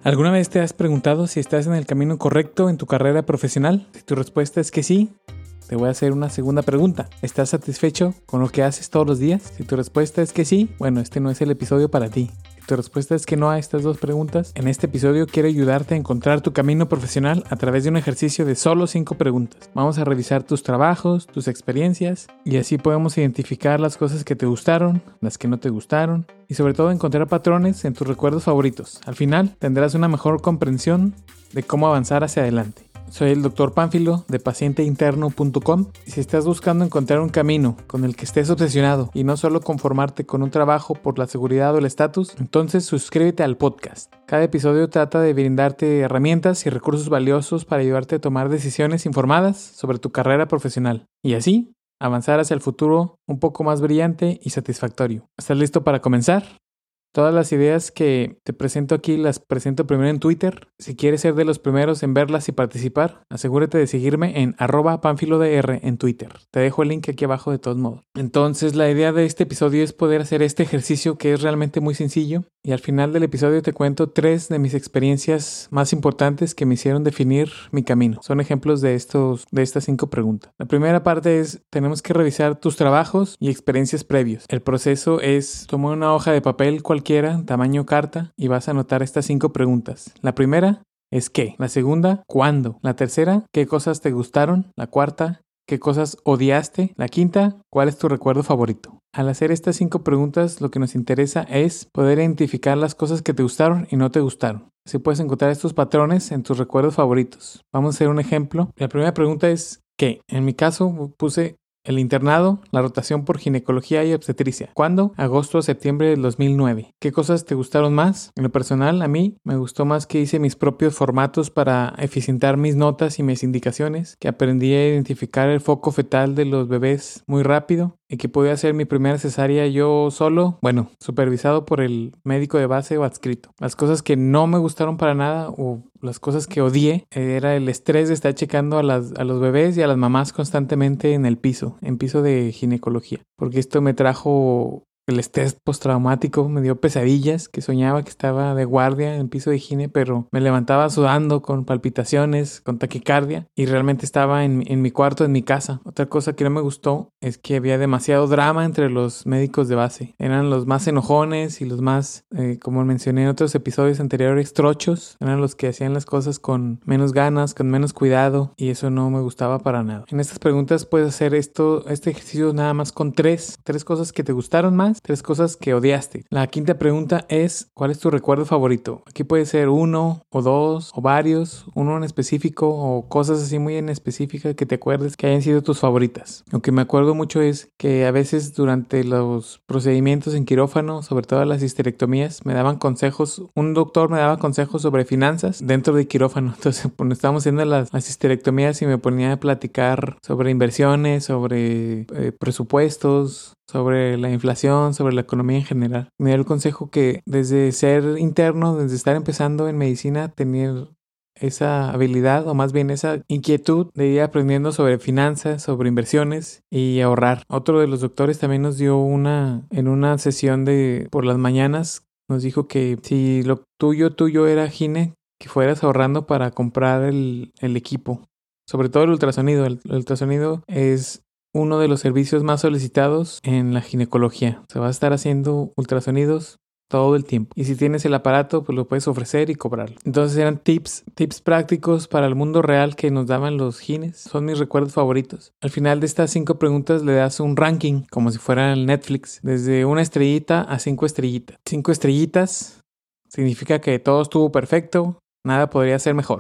¿Alguna vez te has preguntado si estás en el camino correcto en tu carrera profesional? Si tu respuesta es que sí, te voy a hacer una segunda pregunta. ¿Estás satisfecho con lo que haces todos los días? Si tu respuesta es que sí, bueno, este no es el episodio para ti. Si tu respuesta es que no a estas dos preguntas, en este episodio quiero ayudarte a encontrar tu camino profesional a través de un ejercicio de solo 5 preguntas. Vamos a revisar tus trabajos, tus experiencias, y así podemos identificar las cosas que te gustaron, las que no te gustaron, y sobre todo encontrar patrones en tus recuerdos favoritos. Al final tendrás una mejor comprensión de cómo avanzar hacia adelante. Soy el Dr. Pánfilo de pacienteinterno.com, y si estás buscando encontrar un camino con el que estés obsesionado y no solo conformarte con un trabajo por la seguridad o el estatus, entonces suscríbete al podcast. Cada episodio trata de brindarte herramientas y recursos valiosos para ayudarte a tomar decisiones informadas sobre tu carrera profesional y así avanzar hacia el futuro un poco más brillante y satisfactorio. ¿Estás listo para comenzar? Todas las ideas que te presento aquí las presento primero en Twitter. Si quieres ser de los primeros en verlas y participar, asegúrate de seguirme en @panfilodr en Twitter. Te dejo el link aquí abajo de todos modos. Entonces, la idea de este episodio es poder hacer este ejercicio que es realmente muy sencillo. Y al final del episodio te cuento 3 de mis experiencias más importantes que me hicieron definir mi camino. Son ejemplos de estas 5 preguntas. La primera parte es, tenemos que revisar tus trabajos y experiencias previos. El proceso es, toma una hoja de papel cualquiera, tamaño carta, y vas a anotar estas 5 preguntas. La primera es ¿qué? La segunda, ¿cuándo? La tercera, ¿qué cosas te gustaron? La cuarta, ¿qué cosas odiaste? La quinta, ¿cuál es tu recuerdo favorito? Al hacer estas 5 preguntas, lo que nos interesa es poder identificar las cosas que te gustaron y no te gustaron. Así puedes encontrar estos patrones en tus recuerdos favoritos. Vamos a hacer un ejemplo. La primera pregunta es ¿qué? En mi caso puse el internado, la rotación por ginecología y obstetricia. ¿Cuándo? Agosto a septiembre del 2009. ¿Qué cosas te gustaron más? En lo personal, a mí me gustó más que hice mis propios formatos para eficientar mis notas y mis indicaciones, que aprendí a identificar el foco fetal de los bebés muy rápido y que podía hacer mi primera cesárea yo solo, supervisado por el médico de base o adscrito. Las cosas que no me gustaron para nada o las cosas que odié era el estrés de estar checando a los bebés y a las mamás constantemente en el piso, en piso de ginecología, porque esto me trajo el estrés postraumático, me dio pesadillas, que soñaba que estaba de guardia en el piso de gine, pero me levantaba sudando, con palpitaciones, con taquicardia, y realmente estaba en mi cuarto, en mi casa. Otra cosa que no me gustó es que había demasiado drama entre los médicos de base. Eran los más enojones y los más, como mencioné en otros episodios anteriores, trochos. Eran los que hacían las cosas con menos ganas, con menos cuidado, y eso no me gustaba para nada. En estas preguntas puedes hacer este ejercicio nada más con tres cosas que te gustaron más, 3 cosas que odiaste. La quinta pregunta es, ¿cuál es tu recuerdo favorito? Aquí puede ser 1 o 2 o varios, uno en específico o cosas así muy en específica que te acuerdes que hayan sido tus favoritas. Lo que me acuerdo mucho es que a veces durante los procedimientos en quirófano, sobre todo las histerectomías, me daban consejos, un doctor me daba consejos sobre finanzas dentro de quirófano. Entonces, cuando estábamos haciendo las histerectomías y me ponía a platicar sobre inversiones, sobre presupuestos, sobre la inflación, sobre la economía en general. Me dio el consejo que desde ser interno, desde estar empezando en medicina, tener esa habilidad o más bien esa inquietud de ir aprendiendo sobre finanzas, sobre inversiones y ahorrar. Otro de los doctores también nos dio en una sesión por las mañanas, nos dijo que si lo tuyo era gine, que fueras ahorrando para comprar el equipo. Sobre todo el ultrasonido. El ultrasonido es uno de los servicios más solicitados en la ginecología. Se va a estar haciendo ultrasonidos todo el tiempo. Y si tienes el aparato, pues lo puedes ofrecer y cobrarlo. Entonces eran tips prácticos para el mundo real que nos daban los gines. Son mis recuerdos favoritos. Al final de estas 5 preguntas le das un ranking, como si fuera el Netflix, desde 1 estrellita a 5 estrellitas. 5 estrellitas significa que todo estuvo perfecto, nada podría ser mejor.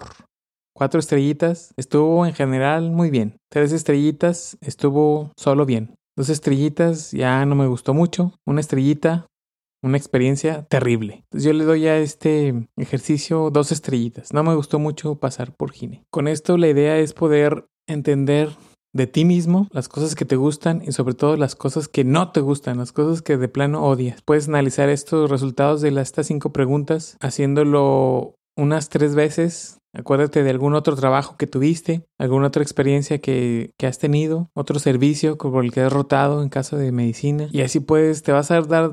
4 estrellitas, estuvo en general muy bien. 3 estrellitas, estuvo solo bien. 2 estrellitas, ya no me gustó mucho. 1 estrellita, una experiencia terrible. Entonces yo le doy a este ejercicio 2 estrellitas. No me gustó mucho pasar por gine. Con esto la idea es poder entender de ti mismo las cosas que te gustan y sobre todo las cosas que no te gustan, las cosas que de plano odias. Puedes analizar estos resultados de estas 5 preguntas haciéndolo unas 3 veces. Acuérdate de algún otro trabajo que tuviste, alguna otra experiencia que has tenido, otro servicio por el que has rotado en caso de medicina. Y así te vas a dar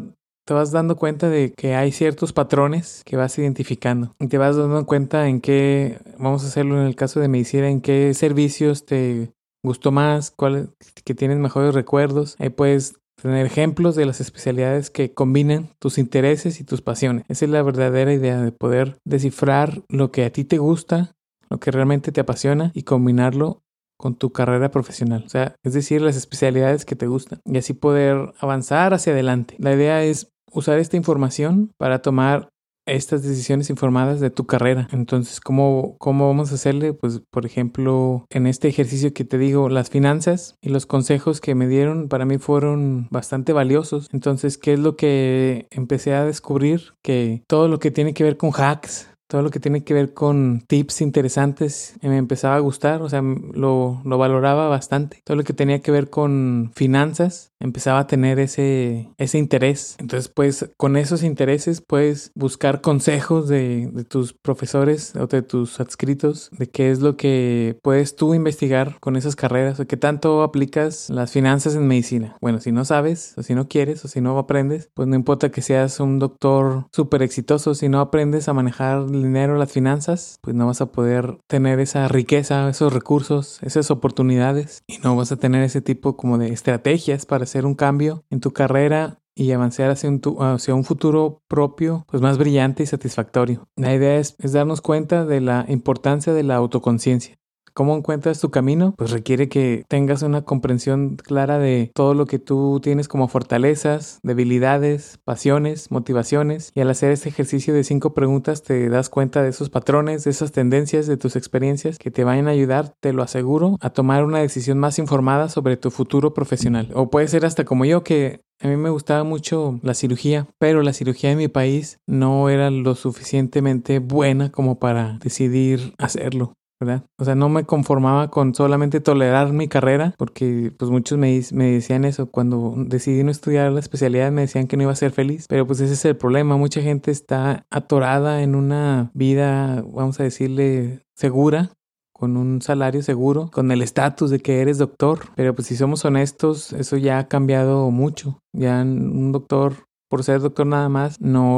te vas dando cuenta de que hay ciertos patrones que vas identificando. Y te vas dando cuenta en qué, vamos a hacerlo en el caso de medicina, en qué servicios te gustó más, cuál que tienes mejores recuerdos. Ahí puedes tener ejemplos de las especialidades que combinan tus intereses y tus pasiones. Esa es la verdadera idea, de poder descifrar lo que a ti te gusta, lo que realmente te apasiona y combinarlo con tu carrera profesional. O sea, es decir, las especialidades que te gustan y así poder avanzar hacia adelante. La idea es usar esta información para tomar estas decisiones informadas de tu carrera. Entonces, ¿cómo vamos a hacerle? Pues, por ejemplo, en este ejercicio que te digo, las finanzas y los consejos que me dieron para mí fueron bastante valiosos. Entonces, ¿qué es lo que empecé a descubrir? Que todo lo que tiene que ver con hacks, todo lo que tiene que ver con tips interesantes me empezaba a gustar, o sea, lo valoraba bastante. Todo lo que tenía que ver con finanzas empezaba a tener ese interés. Entonces, pues, con esos intereses puedes buscar consejos de tus profesores o de tus adscritos de qué es lo que puedes tú investigar con esas carreras o qué tanto aplicas las finanzas en medicina. Bueno, si no sabes, o si no quieres, o si no aprendes, pues no importa que seas un doctor súper exitoso, si no aprendes a manejar el dinero, las finanzas, pues no vas a poder tener esa riqueza, esos recursos, esas oportunidades y no vas a tener ese tipo como de estrategias para hacer un cambio en tu carrera y avanzar hacia un futuro propio, pues más brillante y satisfactorio. La idea es darnos cuenta de la importancia de la autoconciencia. ¿Cómo encuentras tu camino? Pues requiere que tengas una comprensión clara de todo lo que tú tienes como fortalezas, debilidades, pasiones, motivaciones. Y al hacer este ejercicio de 5 preguntas te das cuenta de esos patrones, de esas tendencias, de tus experiencias que te van a ayudar, te lo aseguro, a tomar una decisión más informada sobre tu futuro profesional. O puede ser hasta como yo, que a mí me gustaba mucho la cirugía, pero la cirugía en mi país no era lo suficientemente buena como para decidir hacerlo, ¿verdad? O sea, no me conformaba con solamente tolerar mi carrera, porque pues muchos me decían eso. Cuando decidí no estudiar la especialidad me decían que no iba a ser feliz, pero pues ese es el problema. Mucha gente está atorada en una vida, vamos a decirle, segura, con un salario seguro, con el estatus de que eres doctor. Pero pues si somos honestos, eso ya ha cambiado mucho. Ya un doctor, por ser doctor nada más,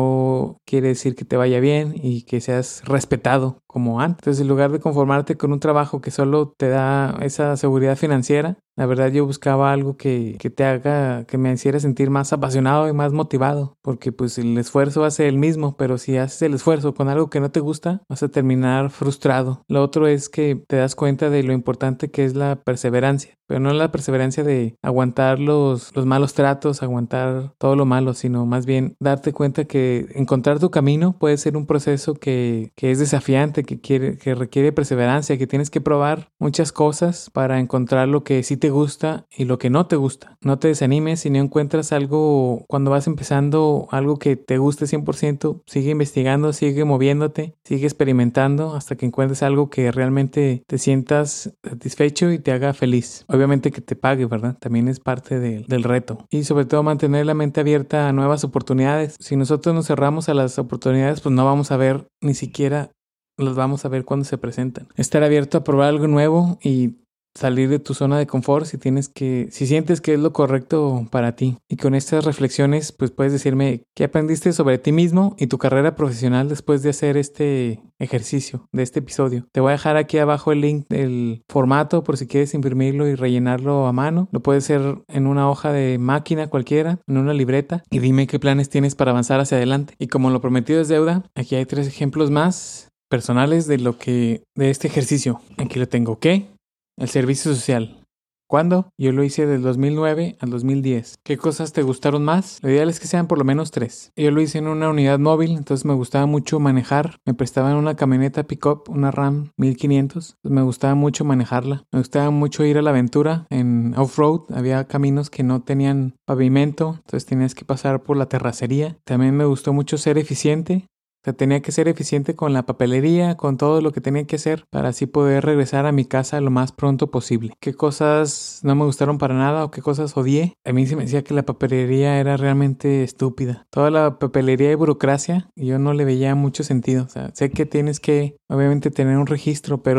no quiere decir que te vaya bien y que seas respetado como antes. Entonces, en lugar de conformarte con un trabajo que solo te da esa seguridad financiera, la verdad yo buscaba algo que te haga, que me hiciera sentir más apasionado y más motivado, porque pues el esfuerzo va a ser el mismo, pero si haces el esfuerzo con algo que no te gusta, vas a terminar frustrado. Lo otro es que te das cuenta de lo importante que es la perseverancia, pero no la perseverancia de aguantar los malos tratos, aguantar todo lo malo, sino más bien darte cuenta que encontrar tu camino puede ser un proceso que es desafiante, que requiere perseverancia, que tienes que probar muchas cosas para encontrar lo que sí te gusta y lo que no te gusta. No te desanimes si no encuentras algo cuando vas empezando, algo que te guste 100%, sigue investigando, sigue moviéndote, sigue experimentando hasta que encuentres algo que realmente te sientas satisfecho y te haga feliz. Obviamente que te pague, ¿verdad? También es parte del reto. Y sobre todo mantener la mente abierta a nuevas oportunidades. Si nosotros nos cerramos a las oportunidades, pues no vamos a ver ni siquiera, las vamos a ver cuando se presentan. Estar abierto a probar algo nuevo y salir de tu zona de confort si sientes que es lo correcto para ti. Y con estas reflexiones, pues puedes decirme qué aprendiste sobre ti mismo y tu carrera profesional después de hacer este ejercicio de este episodio. Te voy a dejar aquí abajo el link del formato por si quieres imprimirlo y rellenarlo a mano. Lo puedes hacer en una hoja de máquina cualquiera, en una libreta, y dime qué planes tienes para avanzar hacia adelante. Y como lo prometido es deuda, aquí hay 3 ejemplos más personales de este ejercicio. Aquí lo tengo, ¿ok? El servicio social. ¿Cuándo? Yo lo hice del 2009 al 2010. ¿Qué cosas te gustaron más? Lo ideal es que sean por lo menos 3. Yo lo hice en una unidad móvil, entonces me gustaba mucho manejar. Me prestaban una camioneta pick-up, una Ram 1500. Entonces me gustaba mucho manejarla. Me gustaba mucho ir a la aventura en off-road. Había caminos que no tenían pavimento, entonces tenías que pasar por la terracería. También me gustó mucho ser eficiente. O sea, tenía que ser eficiente con la papelería, con todo lo que tenía que hacer para así poder regresar a mi casa lo más pronto posible. ¿Qué cosas no me gustaron para nada o qué cosas odié? A mí se me decía que la papelería era realmente estúpida. Toda la papelería y burocracia, yo no le veía mucho sentido. O sea, sé que tienes que, obviamente, tener un registro, pero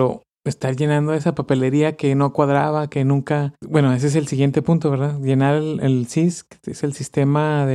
estar llenando esa papelería que no cuadraba, que nunca... Bueno, ese es el siguiente punto, ¿verdad? Llenar el SIS, que es el sistema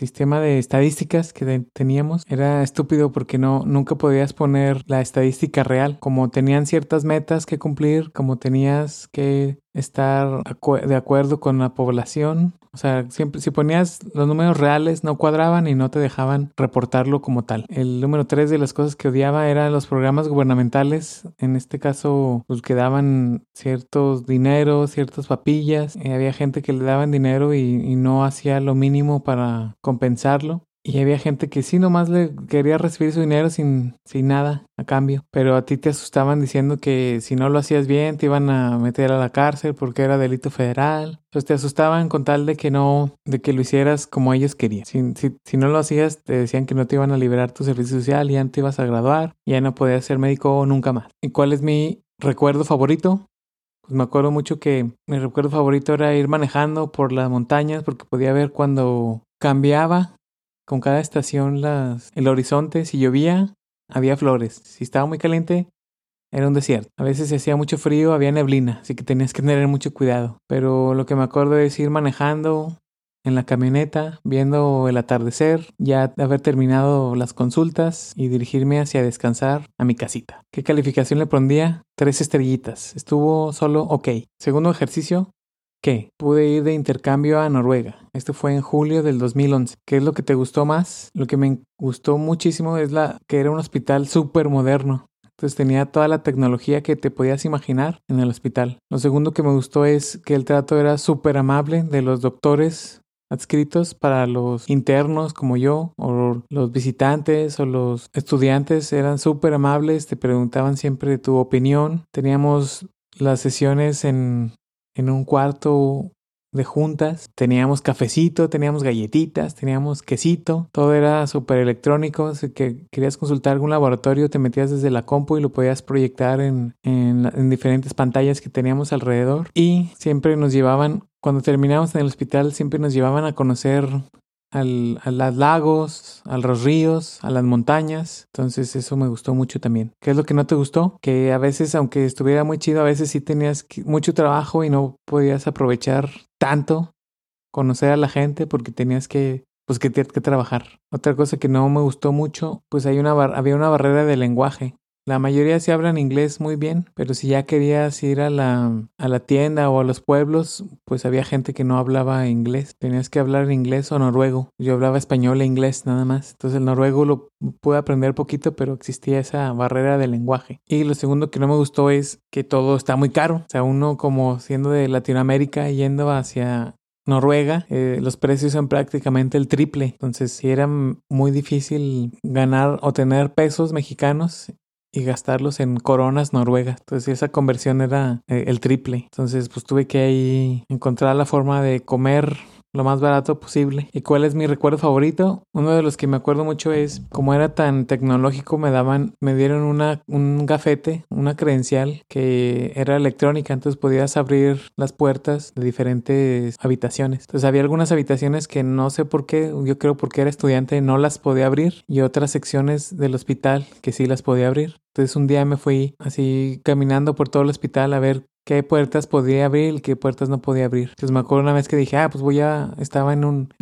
de estadísticas que teníamos. Era estúpido porque nunca podías poner la estadística real. Como tenían ciertas metas que cumplir, como tenías que estar de acuerdo con la población. O sea, siempre si ponías los números reales no cuadraban y no te dejaban reportarlo como tal. El número 3 de las cosas que odiaba eran los programas gubernamentales. En este caso, pues que daban ciertos dineros, ciertas papillas. Había gente que le daban dinero y no hacía lo mínimo para compensarlo. Y había gente que sí nomás le quería recibir su dinero sin nada a cambio. Pero a ti te asustaban diciendo que si no lo hacías bien te iban a meter a la cárcel porque era delito federal. Entonces te asustaban con tal de que lo hicieras como ellos querían. Si no lo hacías, te decían que no te iban a liberar tu servicio social, ya no te ibas a graduar, ya no podías ser médico nunca más. ¿Y cuál es mi recuerdo favorito? Pues me acuerdo mucho que mi recuerdo favorito era ir manejando por las montañas porque podía ver cuando cambiaba con cada estación el horizonte. Si llovía, había flores. Si estaba muy caliente, era un desierto. A veces si hacía mucho frío, había neblina, así que tenías que tener mucho cuidado. Pero lo que me acuerdo es ir manejando en la camioneta, viendo el atardecer, ya haber terminado las consultas y dirigirme hacia descansar a mi casita. ¿Qué calificación le pondría? 3 estrellitas. Estuvo solo ok. Segundo ejercicio, ¿qué? Pude ir de intercambio a Noruega. Esto fue en julio del 2011. ¿Qué es lo que te gustó más? Lo que me gustó muchísimo es que era un hospital súper moderno. Entonces tenía toda la tecnología que te podías imaginar en el hospital. Lo segundo que me gustó es que el trato era súper amable de los doctores adscritos para los internos como yo, o los visitantes o los estudiantes. Eran súper amables, te preguntaban siempre tu opinión. Teníamos las sesiones en un cuarto de juntas. Teníamos cafecito, teníamos galletitas, teníamos quesito. Todo era súper electrónico. Si querías consultar algún laboratorio, te metías desde la compu y lo podías proyectar en diferentes pantallas que teníamos alrededor. Y siempre nos llevaban, cuando terminábamos en el hospital, siempre nos llevaban a conocer a los lagos, a los ríos, a las montañas. Entonces eso me gustó mucho también. ¿Qué es lo que no te gustó? Que a veces, aunque estuviera muy chido, a veces sí tenías mucho trabajo y no podías aprovechar tanto, conocer a la gente porque tenías que trabajar. Otra cosa que no me gustó mucho, pues había una barrera de lenguaje. La mayoría sí hablan inglés muy bien, pero si ya querías ir a la tienda o a los pueblos, pues había gente que no hablaba inglés. Tenías que hablar inglés o noruego. Yo hablaba español e inglés nada más. Entonces el noruego lo pude aprender poquito, pero existía esa barrera de lenguaje. Y lo segundo que no me gustó es que todo está muy caro. O sea, uno como siendo de Latinoamérica yendo hacia Noruega, los precios son prácticamente el triple. Entonces sí era muy difícil ganar o tener pesos mexicanos y gastarlos en coronas noruegas. Entonces esa conversión era el triple. Entonces pues tuve que ahí encontrar la forma de comer lo más barato posible. ¿Y cuál es mi recuerdo favorito? Uno de los que me acuerdo mucho es, como era tan tecnológico, me dieron un gafete, una credencial que era electrónica, entonces podías abrir las puertas de diferentes habitaciones. Entonces había algunas habitaciones que no sé por qué, yo creo porque era estudiante, no las podía abrir, y otras secciones del hospital que sí las podía abrir. Entonces un día me fui así caminando por todo el hospital a ver qué puertas podía abrir y qué puertas no podía abrir. Entonces me acuerdo una vez que dije, pues estaba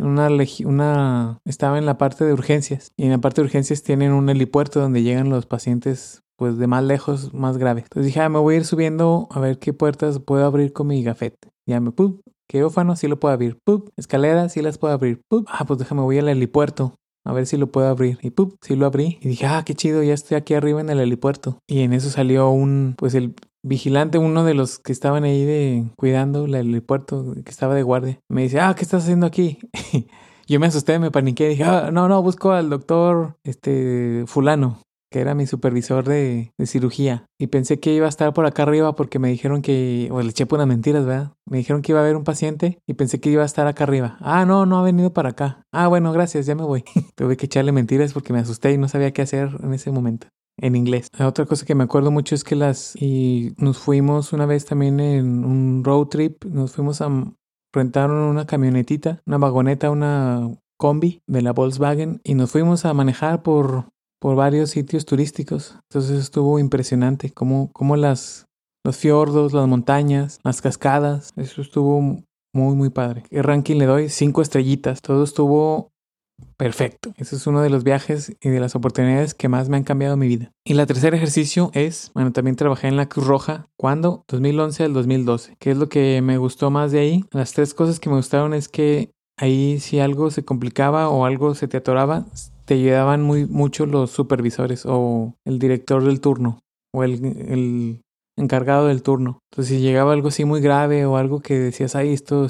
estaba en la parte de urgencias. Y en la parte de urgencias tienen un helipuerto donde llegan los pacientes pues de más lejos, más graves. Entonces dije, me voy a ir subiendo a ver qué puertas puedo abrir con mi gafete. Quirófano, sí lo puedo abrir. Escaleras, sí las puedo abrir. Pues déjame, voy al helipuerto a ver si lo puedo abrir. Y sí lo abrí. Y dije, qué chido, ya estoy aquí arriba en el helipuerto. Y en eso salió el vigilante, uno de los que estaban ahí cuidando el helipuerto, que estaba de guardia. Me dice, ¿qué estás haciendo aquí? Yo me asusté, me paniqué. Dije, no, busco al doctor fulano, que era mi supervisor de cirugía. Y pensé que iba a estar por acá arriba porque me dijeron le eché puras mentiras, ¿verdad? Me dijeron que iba a haber un paciente y pensé que iba a estar acá arriba. No ha venido para acá. Bueno, gracias, ya me voy. Tuve que echarle mentiras porque me asusté y no sabía qué hacer en ese momento. En inglés. Otra cosa que me acuerdo mucho es que nos fuimos una vez también en un road trip. Nos fuimos rentaron una camionetita, una vagoneta, una combi de la Volkswagen y nos fuimos a manejar por varios sitios turísticos. Entonces estuvo impresionante cómo las los fiordos, las montañas, las cascadas. Eso estuvo muy, muy padre. ¿Qué ranking le doy? 5 estrellitas. Todo estuvo perfecto. Ese es uno de los viajes y de las oportunidades que más me han cambiado mi vida. Y el tercer ejercicio es, también trabajé en la Cruz Roja. ¿Cuándo? 2011 al 2012. ¿Qué es lo que me gustó más de ahí? Las 3 cosas que me gustaron es que ahí si algo se complicaba o algo se te atoraba, te ayudaban mucho los supervisores o el director del turno o el encargado del turno. Entonces si llegaba algo así muy grave o algo que decías, ay, esto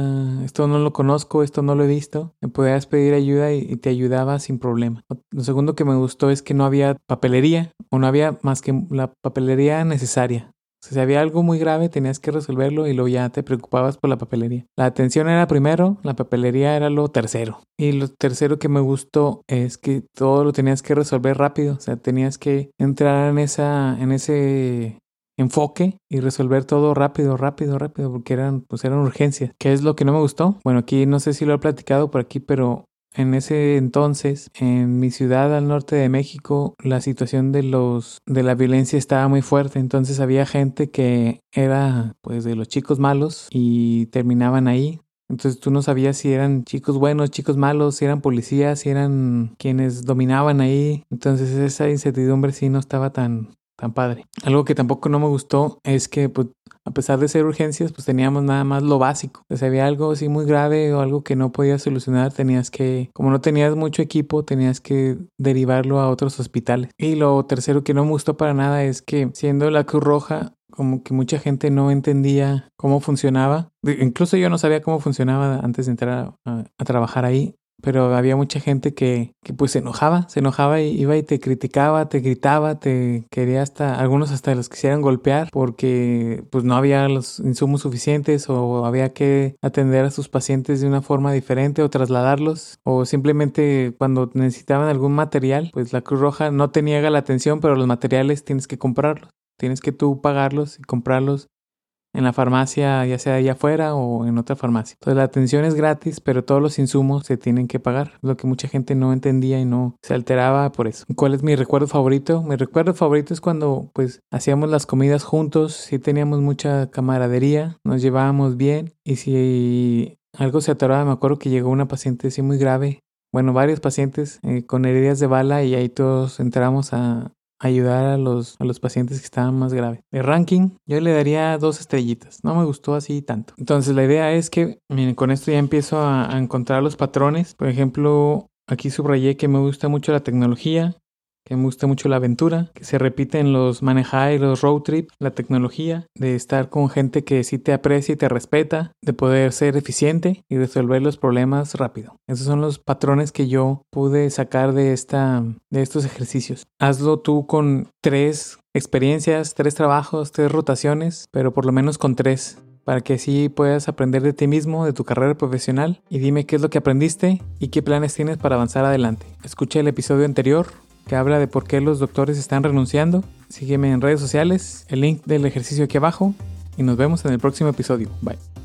no lo conozco, esto no lo he visto, me podías pedir ayuda y te ayudaba sin problema. Lo segundo que me gustó es que no había papelería o no había más que la papelería necesaria. O sea, si había algo muy grave tenías que resolverlo y luego ya te preocupabas por la papelería. La atención era primero, la papelería era lo tercero. Y lo tercero que me gustó es que todo lo tenías que resolver rápido. O sea, tenías que entrar en ese enfoque y resolver todo rápido, porque eran urgencias. ¿Qué es lo que no me gustó? Bueno, aquí no sé si lo he platicado por aquí, pero en ese entonces, en mi ciudad al norte de México, la situación de la violencia estaba muy fuerte. Entonces había gente que era de los chicos malos y terminaban ahí. Entonces tú no sabías si eran chicos buenos, chicos malos, si eran policías, si eran quienes dominaban ahí. Entonces esa incertidumbre sí no estaba tan padre. Algo que tampoco no me gustó es que a pesar de ser urgencias, teníamos nada más lo básico. O sea, si había algo así muy grave o algo que no podías solucionar, como no tenías mucho equipo, tenías que derivarlo a otros hospitales. Y lo tercero que no me gustó para nada es que siendo la Cruz Roja, como que mucha gente no entendía cómo funcionaba. Incluso yo no sabía cómo funcionaba antes de entrar a trabajar ahí. Pero había mucha gente que se enojaba y iba y te criticaba, te gritaba, te quería algunos hasta los quisieran golpear porque no había los insumos suficientes o había que atender a sus pacientes de una forma diferente o trasladarlos o simplemente cuando necesitaban algún material, la Cruz Roja no te niega la atención, pero los materiales tienes que comprarlos, tienes que tú pagarlos y comprarlos en la farmacia, ya sea allá afuera o en otra farmacia. Entonces la atención es gratis, pero todos los insumos se tienen que pagar. Lo que mucha gente no entendía y no se alteraba por eso. ¿Cuál es mi recuerdo favorito? Mi recuerdo favorito es cuando hacíamos las comidas juntos, sí teníamos mucha camaradería, nos llevábamos bien y si algo se atoraba, me acuerdo que llegó una paciente así muy grave, varios pacientes con heridas de bala y ahí todos entramos a ayudar a los pacientes que estaban más graves. El ranking, yo le daría 2 estrellitas. No me gustó así tanto. Entonces la idea es que, miren, con esto ya empiezo a encontrar los patrones. Por ejemplo, aquí subrayé que me gusta mucho la tecnología, que me gusta mucho la aventura, que se repite en los manejar y los road trip, la tecnología, de estar con gente que sí te aprecia y te respeta, de poder ser eficiente y resolver los problemas rápido. Esos son los patrones que yo pude sacar de estos ejercicios. Hazlo tú con 3 experiencias, 3 trabajos, 3 rotaciones, pero por lo menos con 3. Para que así puedas aprender de ti mismo, de tu carrera profesional, y dime qué es lo que aprendiste y qué planes tienes para avanzar adelante. Escucha el episodio anterior que habla de por qué los doctores están renunciando. Sígueme en redes sociales, el link del ejercicio aquí abajo y nos vemos en el próximo episodio. Bye.